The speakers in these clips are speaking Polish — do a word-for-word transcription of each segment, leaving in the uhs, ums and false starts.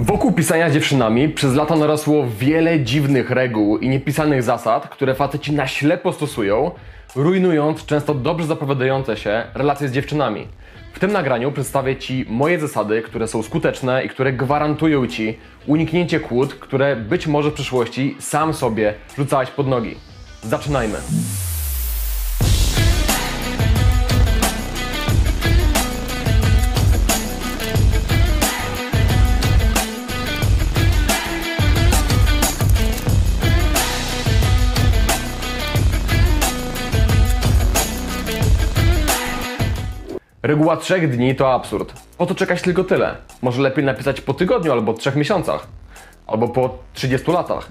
Wokół pisania z dziewczynami przez lata narosło wiele dziwnych reguł i niepisanych zasad, które faceci na ślepo stosują, rujnując często dobrze zapowiadające się relacje z dziewczynami. W tym nagraniu przedstawię Ci moje zasady, które są skuteczne i które gwarantują Ci uniknięcie kłód, które być może w przyszłości sam sobie rzucałeś pod nogi. Zaczynajmy! Reguła trzech dni to absurd. Po to czekać tylko tyle. Może lepiej napisać po tygodniu albo trzech miesiącach. Albo po trzydziestu latach.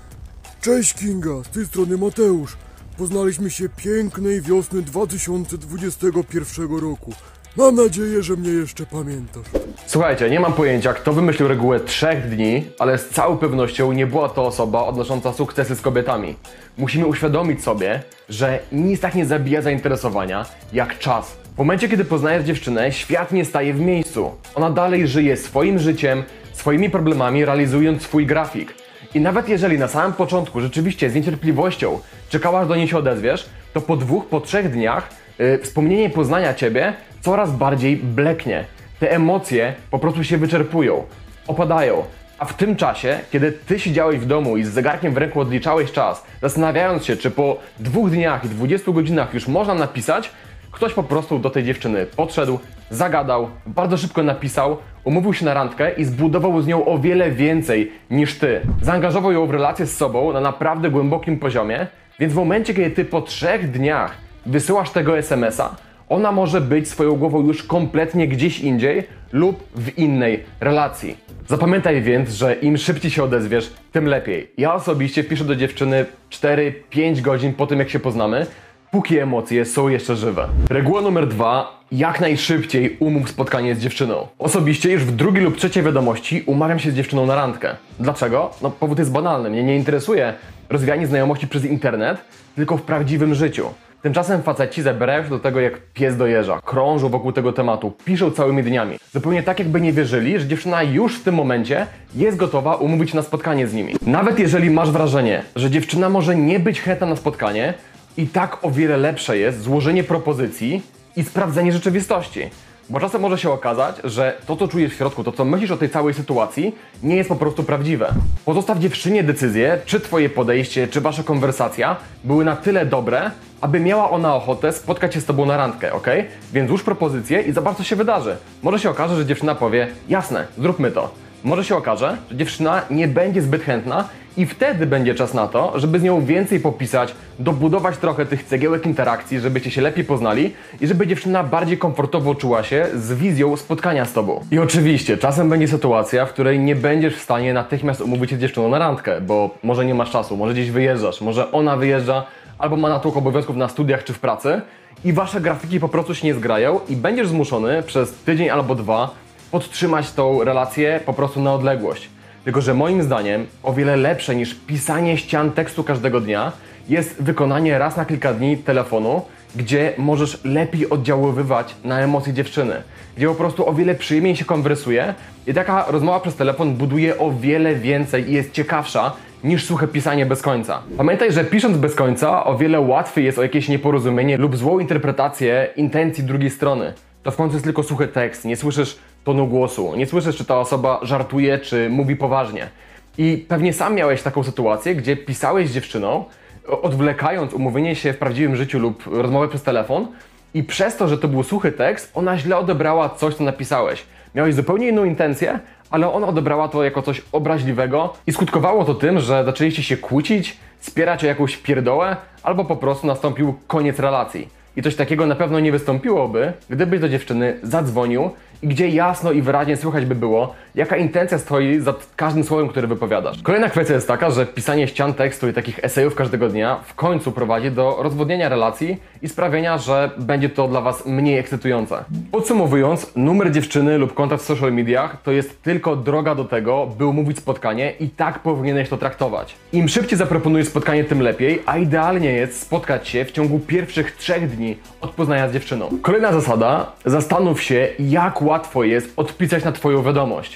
Cześć Kinga, z tej strony Mateusz. Poznaliśmy się pięknej wiosny dwa tysiące dwudziestego pierwszego roku. Mam nadzieję, że mnie jeszcze pamiętasz. Słuchajcie, nie mam pojęcia, kto wymyślił regułę trzech dni, ale z całą pewnością nie była to osoba odnosząca sukcesy z kobietami. Musimy uświadomić sobie, że nic tak nie zabija zainteresowania jak czas. W momencie, kiedy poznajesz dziewczynę, świat nie staje w miejscu. Ona dalej żyje swoim życiem, swoimi problemami, realizując swój grafik. I nawet jeżeli na samym początku rzeczywiście z niecierpliwością czekałaś, do niej się odezwiesz, to po dwóch, po trzech dniach yy, wspomnienie poznania Ciebie coraz bardziej bleknie. Te emocje po prostu się wyczerpują, opadają. A w tym czasie, kiedy Ty siedziałeś w domu i z zegarkiem w ręku odliczałeś czas, zastanawiając się, czy po dwóch dniach i dwudziestu godzinach już można napisać, ktoś po prostu do tej dziewczyny podszedł, zagadał, bardzo szybko napisał, umówił się na randkę i zbudował z nią o wiele więcej niż Ty. Zaangażował ją w relację z sobą na naprawdę głębokim poziomie, więc w momencie, kiedy Ty po trzech dniach wysyłasz tego es em es a, ona może być swoją głową już kompletnie gdzieś indziej lub w innej relacji. Zapamiętaj więc, że im szybciej się odezwiesz, tym lepiej. Ja osobiście piszę do dziewczyny cztery pięć godzin po tym, jak się poznamy, póki emocje są jeszcze żywe. Reguła numer dwa. Jak najszybciej umów spotkanie z dziewczyną. Osobiście już w drugiej lub trzeciej wiadomości umawiam się z dziewczyną na randkę. Dlaczego? No powód jest banalny. Mnie nie interesuje rozwijanie znajomości przez internet, tylko w prawdziwym życiu. Tymczasem faceci zabierają się do tego jak pies do jeża. Krążą wokół tego tematu, piszą całymi dniami. Zupełnie tak, jakby nie wierzyli, że dziewczyna już w tym momencie jest gotowa umówić się na spotkanie z nimi. Nawet jeżeli masz wrażenie, że dziewczyna może nie być chętna na spotkanie, i tak o wiele lepsze jest złożenie propozycji i sprawdzenie rzeczywistości. Bo czasem może się okazać, że to, co czujesz w środku, to, co myślisz o tej całej sytuacji, nie jest po prostu prawdziwe. Pozostaw dziewczynie decyzję, czy Twoje podejście, czy Wasza konwersacja były na tyle dobre, aby miała ona ochotę spotkać się z Tobą na randkę, ok? Więc złóż propozycję i zobacz, co się wydarzy. Może się okaże, że dziewczyna powie, jasne, zróbmy to. Może się okaże, że dziewczyna nie będzie zbyt chętna i wtedy będzie czas na to, żeby z nią więcej popisać, dobudować trochę tych cegiełek interakcji, żebyście się lepiej poznali i żeby dziewczyna bardziej komfortowo czuła się z wizją spotkania z Tobą. I oczywiście, czasem będzie sytuacja, w której nie będziesz w stanie natychmiast umówić się z dziewczyną na randkę, bo może nie masz czasu, może gdzieś wyjeżdżasz, może ona wyjeżdża, albo ma natłok obowiązków na studiach czy w pracy i Wasze grafiki po prostu się nie zgrają i będziesz zmuszony przez tydzień albo dwa podtrzymać tą relację po prostu na odległość. Tylko że moim zdaniem o wiele lepsze niż pisanie ścian tekstu każdego dnia jest wykonanie raz na kilka dni telefonu, gdzie możesz lepiej oddziaływać na emocje dziewczyny, gdzie po prostu o wiele przyjemniej się konwersuje i taka rozmowa przez telefon buduje o wiele więcej i jest ciekawsza niż suche pisanie bez końca. Pamiętaj, że pisząc bez końca o wiele łatwiej jest o jakieś nieporozumienie lub złą interpretację intencji drugiej strony. To w końcu jest tylko suchy tekst, nie słyszysz tonu głosu, nie słyszysz, czy ta osoba żartuje, czy mówi poważnie. I pewnie sam miałeś taką sytuację, gdzie pisałeś z dziewczyną, odwlekając umówienie się w prawdziwym życiu lub rozmowę przez telefon i przez to, że to był suchy tekst, ona źle odebrała coś, co napisałeś. Miałeś zupełnie inną intencję, ale ona odebrała to jako coś obraźliwego i skutkowało to tym, że zaczęliście się kłócić, spierać o jakąś pierdołę, albo po prostu nastąpił koniec relacji. I coś takiego na pewno nie wystąpiłoby, gdybyś do dziewczyny zadzwonił i gdzie jasno i wyraźnie słychać by było, jaka intencja stoi za każdym słowem, które wypowiadasz. Kolejna kwestia jest taka, że pisanie ścian tekstu i takich esejów każdego dnia w końcu prowadzi do rozwodnienia relacji i sprawienia, że będzie to dla Was mniej ekscytujące. Podsumowując, numer dziewczyny lub kontakt w social mediach to jest tylko droga do tego, by umówić spotkanie i tak powinieneś to traktować. Im szybciej zaproponujesz spotkanie, tym lepiej, a idealnie jest spotkać się w ciągu pierwszych trzech dni od poznania z dziewczyną. Kolejna zasada, zastanów się, jak łatwo jest odpisać na Twoją wiadomość.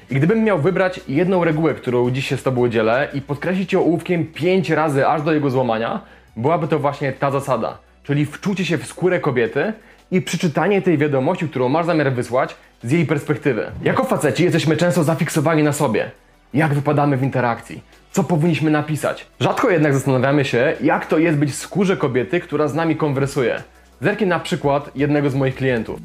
I gdybym miał wybrać jedną regułę, którą dziś się z Tobą dzielę i podkreślić ją ołówkiem pięć razy aż do jego złamania, byłaby to właśnie ta zasada, czyli wczucie się w skórę kobiety i przeczytanie tej wiadomości, którą masz zamiar wysłać, z jej perspektywy. Jako faceci jesteśmy często zafiksowani na sobie. Jak wypadamy w interakcji? Co powinniśmy napisać? Rzadko jednak zastanawiamy się, jak to jest być w skórze kobiety, która z nami konwersuje. Zerknij na przykład jednego z moich klientów.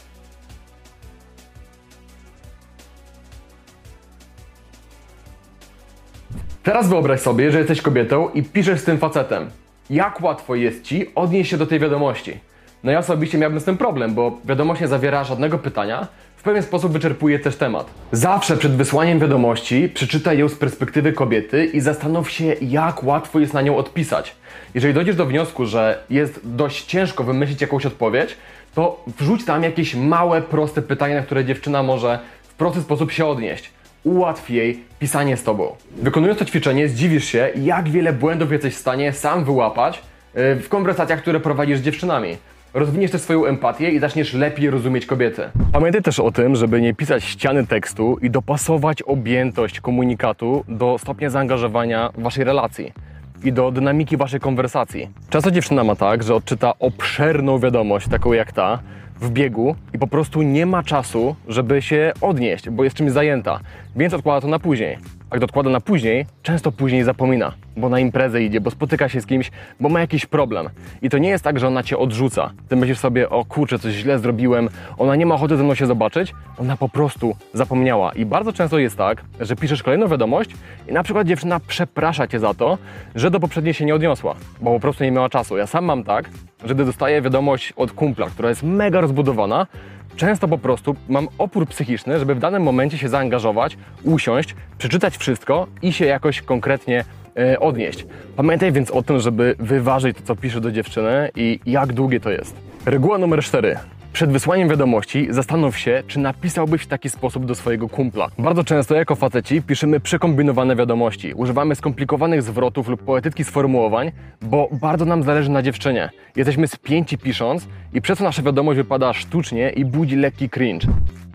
Teraz wyobraź sobie, że jesteś kobietą i piszesz z tym facetem. Jak łatwo jest Ci odnieść się do tej wiadomości? No ja osobiście miałbym z tym problem, bo wiadomość nie zawiera żadnego pytania, w pewien sposób wyczerpuje też temat. Zawsze przed wysłaniem wiadomości przeczytaj ją z perspektywy kobiety i zastanów się, jak łatwo jest na nią odpisać. Jeżeli dojdziesz do wniosku, że jest dość ciężko wymyślić jakąś odpowiedź, to wrzuć tam jakieś małe, proste pytanie, na które dziewczyna może w prosty sposób się odnieść. Ułatw jej pisanie z Tobą. Wykonując to ćwiczenie, zdziwisz się, jak wiele błędów jesteś w stanie sam wyłapać w konwersacjach, które prowadzisz z dziewczynami. Rozwiniesz też swoją empatię i zaczniesz lepiej rozumieć kobiety. Pamiętaj też o tym, żeby nie pisać ściany tekstu i dopasować objętość komunikatu do stopnia zaangażowania w Waszej relacji i do dynamiki Waszej konwersacji. Często dziewczyna ma tak, że odczyta obszerną wiadomość, taką jak ta, w biegu i po prostu nie ma czasu, żeby się odnieść, bo jest czymś zajęta, więc odkłada to na później. A gdy odkłada na później, często później zapomina, bo na imprezę idzie, bo spotyka się z kimś, bo ma jakiś problem. I to nie jest tak, że ona Cię odrzuca. Ty myślisz sobie, o kurczę, coś źle zrobiłem, ona nie ma ochoty ze mną się zobaczyć, ona po prostu zapomniała. I bardzo często jest tak, że piszesz kolejną wiadomość i na przykład dziewczyna przeprasza Cię za to, że do poprzedniej się nie odniosła, bo po prostu nie miała czasu. Ja sam mam tak, że gdy dostaję wiadomość od kumpla, która jest mega rozbudowana, często po prostu mam opór psychiczny, żeby w danym momencie się zaangażować, usiąść, przeczytać wszystko i się jakoś konkretnie e, odnieść. Pamiętaj więc o tym, żeby wyważyć to, co piszę do dziewczyny i jak długie to jest. Reguła numer cztery. Przed wysłaniem wiadomości zastanów się, czy napisałbyś w taki sposób do swojego kumpla. Bardzo często jako faceci piszemy przekombinowane wiadomości. Używamy skomplikowanych zwrotów lub poetyckich sformułowań, bo bardzo nam zależy na dziewczynie. Jesteśmy spięci pisząc i przez to nasza wiadomość wypada sztucznie i budzi lekki cringe.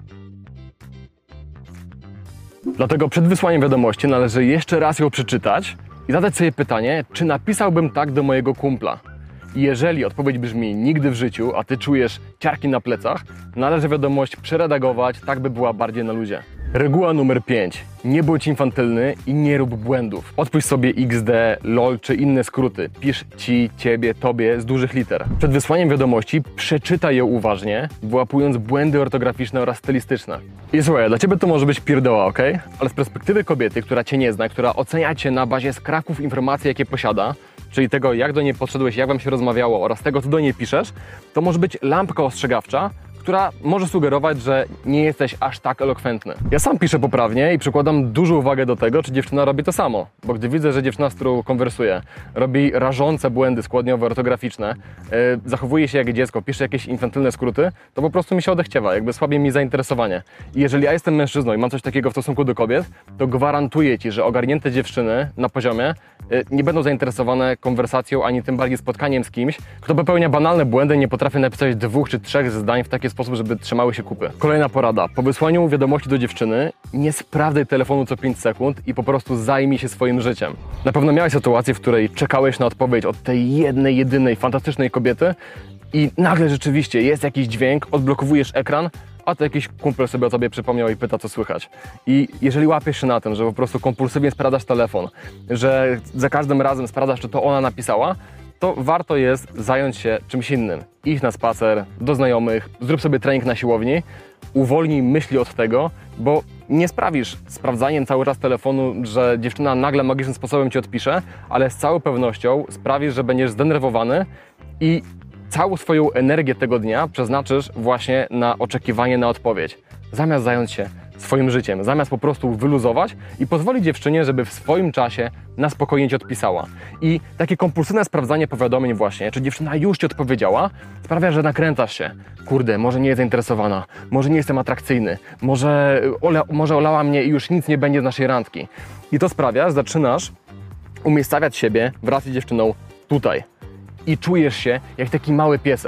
Dlatego przed wysłaniem wiadomości należy jeszcze raz ją przeczytać i zadać sobie pytanie, czy napisałbym tak do mojego kumpla. I jeżeli odpowiedź brzmi nigdy w życiu, a Ty czujesz ciarki na plecach, należy wiadomość przeredagować, tak by była bardziej na luzie. Reguła numer pięć. Nie bądź infantylny i nie rób błędów. Odpuść sobie iks de, lol czy inne skróty. Pisz ci, ciebie, tobie z dużych liter. Przed wysłaniem wiadomości przeczytaj ją uważnie, wyłapując błędy ortograficzne oraz stylistyczne. I słuchaj, dla ciebie to może być pierdoła, ok? Ale z perspektywy kobiety, która cię nie zna, która ocenia cię na bazie skrawków informacji, jakie posiada, czyli tego, jak do niej podszedłeś, jak wam się rozmawiało oraz tego, co do niej piszesz, to może być lampka ostrzegawcza, która może sugerować, że nie jesteś aż tak elokwentny. Ja sam piszę poprawnie i przykładam dużą uwagę do tego, czy dziewczyna robi to samo, bo gdy widzę, że dziewczyna, z którą konwersuję, robi rażące błędy składniowe, ortograficzne, yy, zachowuje się jak dziecko, pisze jakieś infantylne skróty, to po prostu mi się odechciewa, jakby słabie mi zainteresowanie. I jeżeli ja jestem mężczyzną i mam coś takiego w stosunku do kobiet, to gwarantuję Ci, że ogarnięte dziewczyny na poziomie yy, nie będą zainteresowane konwersacją, ani tym bardziej spotkaniem z kimś, kto popełnia banalne błędy i nie potrafi napisać dwóch czy trzech zdań w taki sposób, żeby trzymały się kupy. Kolejna porada. Po wysłaniu wiadomości do dziewczyny nie sprawdzaj telefonu co pięć sekund i po prostu zajmij się swoim życiem. Na pewno miałeś sytuację, w której czekałeś na odpowiedź od tej jednej, jedynej, fantastycznej kobiety i nagle rzeczywiście jest jakiś dźwięk, odblokowujesz ekran, a to jakiś kumpel sobie o tobie przypomniał i pyta, co słychać. I jeżeli łapiesz się na tym, że po prostu kompulsywnie sprawdzasz telefon, że za każdym razem sprawdzasz, czy to ona napisała, to warto jest zająć się czymś innym. Idź na spacer, do znajomych, zrób sobie trening na siłowni, uwolnij myśli od tego, bo nie sprawisz sprawdzaniem cały czas telefonu, że dziewczyna nagle magicznym sposobem ci odpisze, ale z całą pewnością sprawisz, że będziesz zdenerwowany i całą swoją energię tego dnia przeznaczysz właśnie na oczekiwanie na odpowiedź, zamiast zająć się swoim życiem, zamiast po prostu wyluzować i pozwolić dziewczynie, żeby w swoim czasie na spokojnie Ci odpisała. I takie kompulsywne sprawdzanie powiadomień właśnie, czy dziewczyna już Ci odpowiedziała, sprawia, że nakręcasz się. Kurde, może nie jest zainteresowana, może nie jestem atrakcyjny, może, ola, może olała mnie i już nic nie będzie z naszej randki. I to sprawia, że zaczynasz umiejscawiać siebie wraz z dziewczyną tutaj. I czujesz się jak taki mały piesek.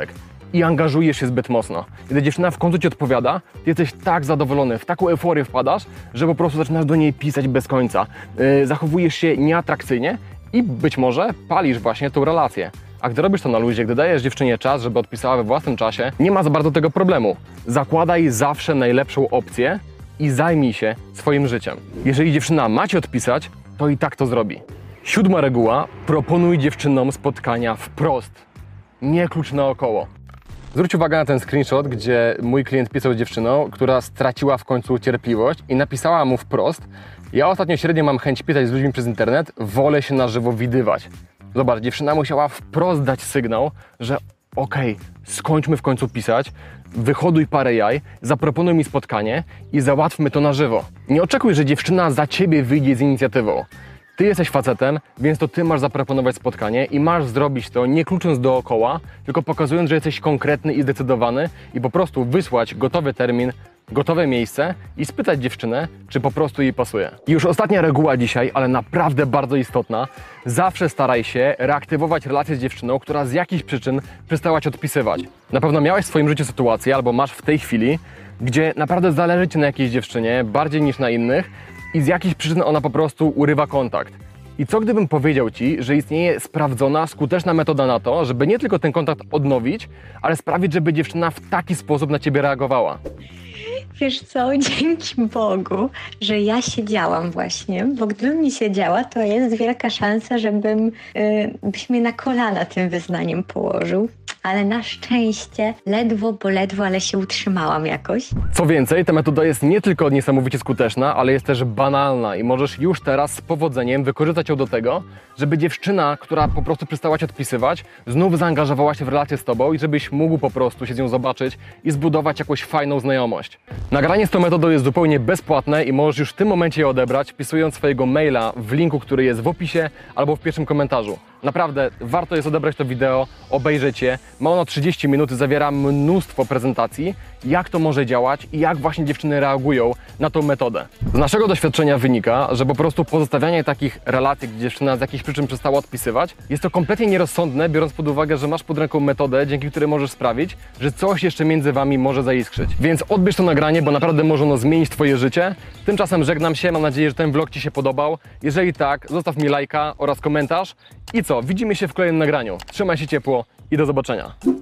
i angażujesz się zbyt mocno. Kiedy dziewczyna w końcu ci odpowiada, ty jesteś tak zadowolony, w taką euforię wpadasz, że po prostu zaczynasz do niej pisać bez końca. Yy, zachowujesz się nieatrakcyjnie i być może palisz właśnie tą relację. A gdy robisz to na luzie, gdy dajesz dziewczynie czas, żeby odpisała we własnym czasie, nie ma za bardzo tego problemu. Zakładaj zawsze najlepszą opcję i zajmij się swoim życiem. Jeżeli dziewczyna ma ci odpisać, to i tak to zrobi. Siódma reguła: proponuj dziewczynom spotkania wprost, nie klucz naokoło. Zwróć uwagę na ten screenshot, gdzie mój klient pisał z dziewczyną, która straciła w końcu cierpliwość i napisała mu wprost: ja ostatnio średnio mam chęć pisać z ludźmi przez internet, wolę się na żywo widywać. Zobacz, dziewczyna musiała wprost dać sygnał, że okej, okay, skończmy w końcu pisać, wyhoduj parę jaj, zaproponuj mi spotkanie i załatwmy to na żywo. Nie oczekuj, że dziewczyna za ciebie wyjdzie z inicjatywą. Ty jesteś facetem, więc to ty masz zaproponować spotkanie i masz zrobić to nie klucząc dookoła, tylko pokazując, że jesteś konkretny i zdecydowany i po prostu wysłać gotowy termin, gotowe miejsce i spytać dziewczynę, czy po prostu jej pasuje. I już ostatnia reguła dzisiaj, ale naprawdę bardzo istotna. Zawsze staraj się reaktywować relację z dziewczyną, która z jakichś przyczyn przestała ci odpisywać. Na pewno miałeś w swoim życiu sytuację, albo masz w tej chwili, gdzie naprawdę zależy ci na jakiejś dziewczynie bardziej niż na innych i z jakichś przyczyn ona po prostu urywa kontakt. I co gdybym powiedział ci, że istnieje sprawdzona, skuteczna metoda na to, żeby nie tylko ten kontakt odnowić, ale sprawić, żeby dziewczyna w taki sposób na ciebie reagowała? Wiesz co, dzięki Bogu, że ja siedziałam właśnie, bo gdybym nie siedziała, to jest wielka szansa, żebym, yy, byś mnie na kolana tym wyznaniem położył. Ale na szczęście ledwo, bo ledwo, ale się utrzymałam jakoś. Co więcej, ta metoda jest nie tylko niesamowicie skuteczna, ale jest też banalna i możesz już teraz z powodzeniem wykorzystać ją do tego, żeby dziewczyna, która po prostu przestała ci odpisywać, znów zaangażowała się w relację z tobą i żebyś mógł po prostu się z nią zobaczyć i zbudować jakąś fajną znajomość. Nagranie z tą metodą jest zupełnie bezpłatne i możesz już w tym momencie je odebrać, wpisując swojego maila w linku, który jest w opisie albo w pierwszym komentarzu. Naprawdę warto jest odebrać to wideo, obejrzeć je. Ma ono trzydzieści minut, zawiera mnóstwo prezentacji, jak to może działać i jak właśnie dziewczyny reagują na tą metodę. Z naszego doświadczenia wynika, że po prostu pozostawianie takich relacji, gdzie dziewczyna z jakichś przyczyn przestała odpisywać, jest to kompletnie nierozsądne, biorąc pod uwagę, że masz pod ręką metodę, dzięki której możesz sprawić, że coś jeszcze między wami może zaiskrzyć. Więc odbierz to nagranie, bo naprawdę może ono zmienić twoje życie. Tymczasem żegnam się, mam nadzieję, że ten vlog ci się podobał. Jeżeli tak, zostaw mi lajka oraz komentarz. I co? Widzimy się w kolejnym nagraniu. Trzymaj się ciepło i do zobaczenia.